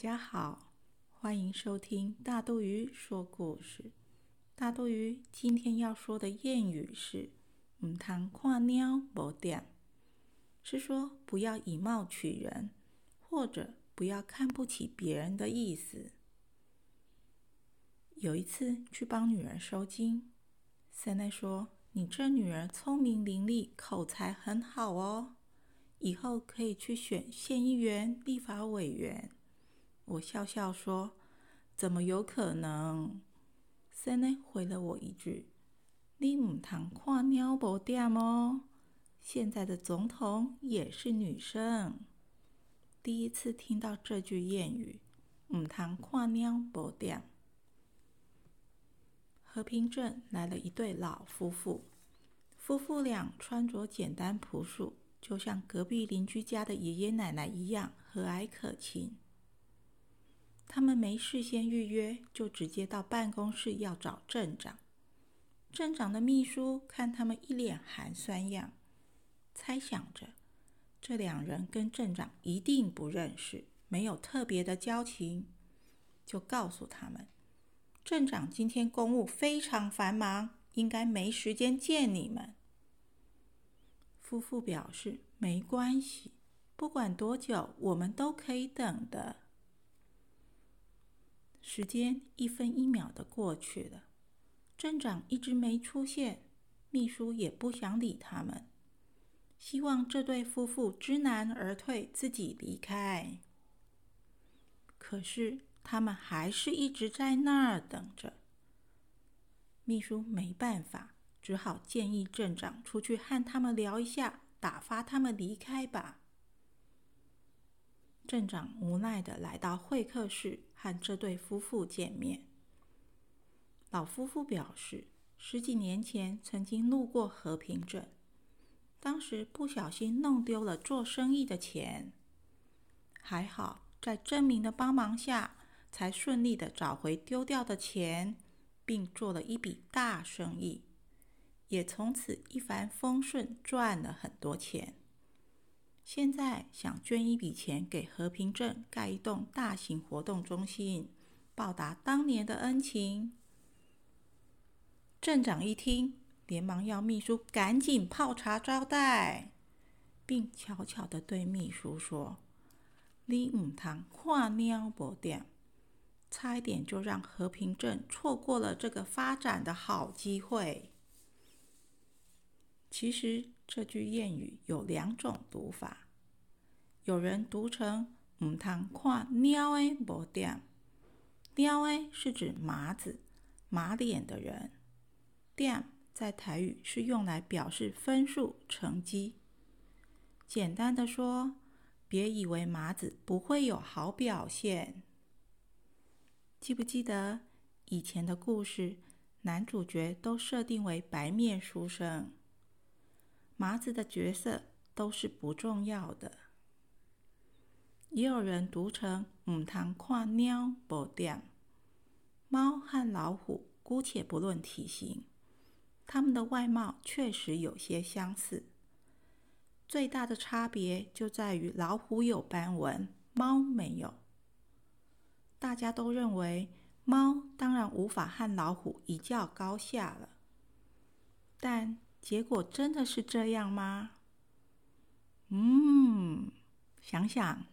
家好，欢迎收听大肚鱼说故事。大肚鱼今天要说的谚语是"唔通看鸟无点"，是说不要以貌取人，或者不要看不起别人的意思。有一次去帮女儿收金，塞奈说："你这女儿聪明伶俐，口才很好哦，以后可以去选县议员、立法委员。"我笑笑说："怎么有可能？"塞奈回了我一句："你唔通看鸟无点哦，现在的总统也是女生。"第一次听到这句谚语，唔通看鸟无点。和平镇来了一对老夫妇，夫妇俩穿着简单朴素，就像隔壁邻居家的爷爷奶奶一样和蔼可亲。他们没事先预约，就直接到办公室要找镇长。镇长的秘书看他们一脸寒酸样，猜想着这两人跟镇长一定不认识，没有特别的交情，就告诉他们，镇长今天公务非常繁忙，应该没时间见你们。夫妇表示没关系，不管多久，我们都可以等的。时间一分一秒的过去了，镇长一直没出现，秘书也不想理他们，希望这对夫妇知难而退，自己离开。可是他们还是一直在那儿等着。秘书没办法，只好建议镇长出去和他们聊一下，打发他们离开吧。镇长无奈地来到会客室，和这对夫妇见面。老夫妇表示，10几年前曾经路过和平镇，当时不小心弄丢了做生意的钱，还好在镇民的帮忙下，才顺利地找回丢掉的钱，并做了一笔大生意，也从此一帆风顺，赚了很多钱。现在想捐一笔钱给和平镇盖一栋大型活动中心，报答当年的恩情。镇长一听，连忙要秘书赶紧泡茶招待，并悄悄地对秘书说："你唔通看鸟无点。"差一点就让和平镇错过了这个发展的好机会。其实这句谚语有2种读法，有人读成唔通看鸟的无点，鸟的是指马子、马脸的人，点在台语是用来表示分数、成绩。简单的说，别以为马子不会有好表现。记不记得以前的故事，男主角都设定为白面书生，麻子的角色都是不重要的。也有人读成唔通看鸟无点。猫和老虎姑且不论体型，它们的外貌确实有些相似，最大的差别就在于老虎有斑纹，猫没有。大家都认为猫当然无法和老虎一较高下了，但结果真的是这样吗？想想